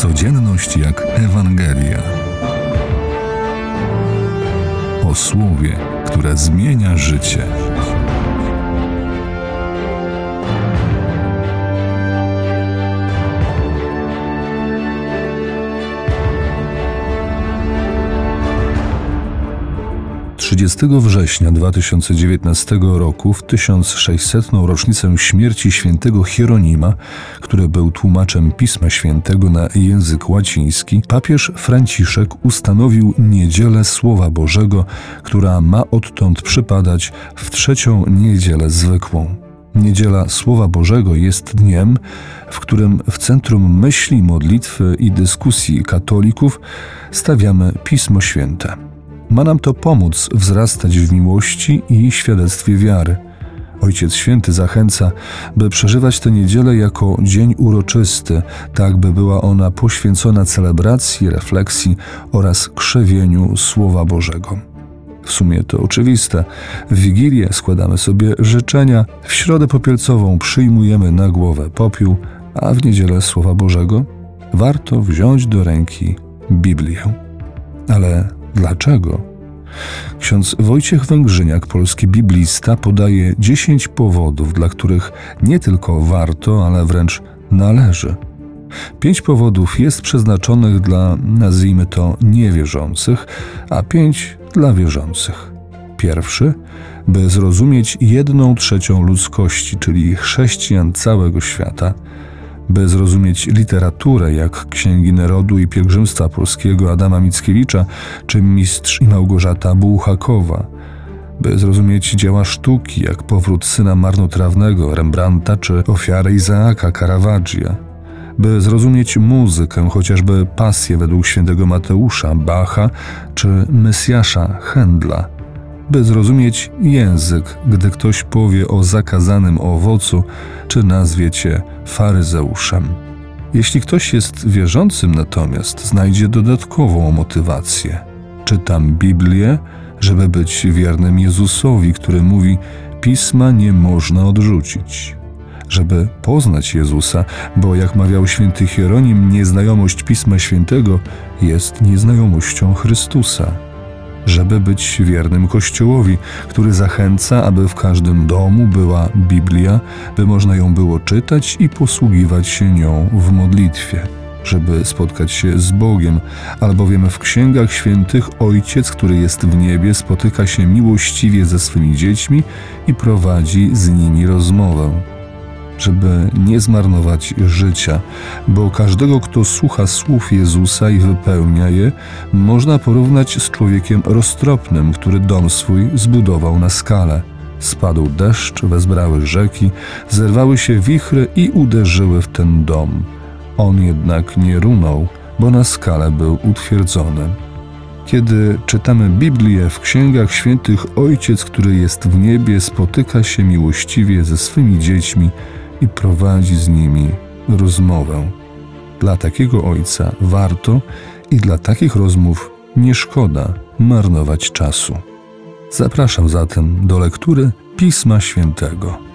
Codzienność jak Ewangelia. O słowie, które zmienia życie. Dwudziestego września 2019 roku, w 1600. rocznicę śmierci świętego Hieronima, który był tłumaczem Pisma Świętego na język łaciński, papież Franciszek ustanowił Niedzielę Słowa Bożego, która ma odtąd przypadać w trzecią niedzielę zwykłą. Niedziela Słowa Bożego jest dniem, w którym w centrum myśli, modlitwy i dyskusji katolików stawiamy Pismo Święte. Ma nam to pomóc wzrastać w miłości i świadectwie wiary. Ojciec Święty zachęca, by przeżywać tę niedzielę jako dzień uroczysty, tak by była ona poświęcona celebracji, refleksji oraz krzewieniu Słowa Bożego. W sumie to oczywiste. W Wigilię składamy sobie życzenia, w Środę Popielcową przyjmujemy na głowę popiół, a w Niedzielę Słowa Bożego warto wziąć do ręki Biblię. Ale dlaczego? Ksiądz Wojciech Węgrzyniak, polski biblista, podaje 10 powodów, dla których nie tylko warto, ale wręcz należy. 5 powodów jest przeznaczonych dla, nazwijmy to, niewierzących, a 5 dla wierzących. Pierwszy, by zrozumieć 1/3 ludzkości, czyli chrześcijan całego świata, by zrozumieć literaturę jak Księgi Nerodu i Pielgrzymstwa Polskiego Adama Mickiewicza czy Mistrz i Małgorzata Bułhakowa, by zrozumieć dzieła sztuki jak Powrót syna marnotrawnego Rembrandta czy Ofiary Izaaka Caravaggia, by zrozumieć muzykę, chociażby Pasję według świętego Mateusza Bacha czy Mesjasza Händla, by zrozumieć język, gdy ktoś powie o zakazanym owocu, czy nazwie cię faryzeuszem. Jeśli ktoś jest wierzącym natomiast, znajdzie dodatkową motywację. Czytam Biblię, żeby być wiernym Jezusowi, który mówi: Pisma nie można odrzucić. Żeby poznać Jezusa, bo jak mawiał święty Hieronim, nieznajomość Pisma Świętego jest nieznajomością Chrystusa. Żeby być wiernym Kościołowi, który zachęca, aby w każdym domu była Biblia, by można ją było czytać i posługiwać się nią w modlitwie. Żeby spotkać się z Bogiem, albowiem w Księgach Świętych Ojciec, który jest w niebie, spotyka się miłościwie ze swymi dziećmi i prowadzi z nimi rozmowę. Żeby nie zmarnować życia, bo każdego, kto słucha słów Jezusa i wypełnia je, można porównać z człowiekiem roztropnym, który dom swój zbudował na skale. Spadł deszcz, wezbrały rzeki, zerwały się wichry i uderzyły w ten dom. On jednak nie runął, bo na skale był utwierdzony. Kiedy czytamy Biblię w Księgach Świętych, Ojciec, który jest w niebie, spotyka się miłościwie ze swymi dziećmi i prowadzi z nimi rozmowę. Dla takiego Ojca warto i dla takich rozmów nie szkoda marnować czasu. Zapraszam zatem do lektury Pisma Świętego.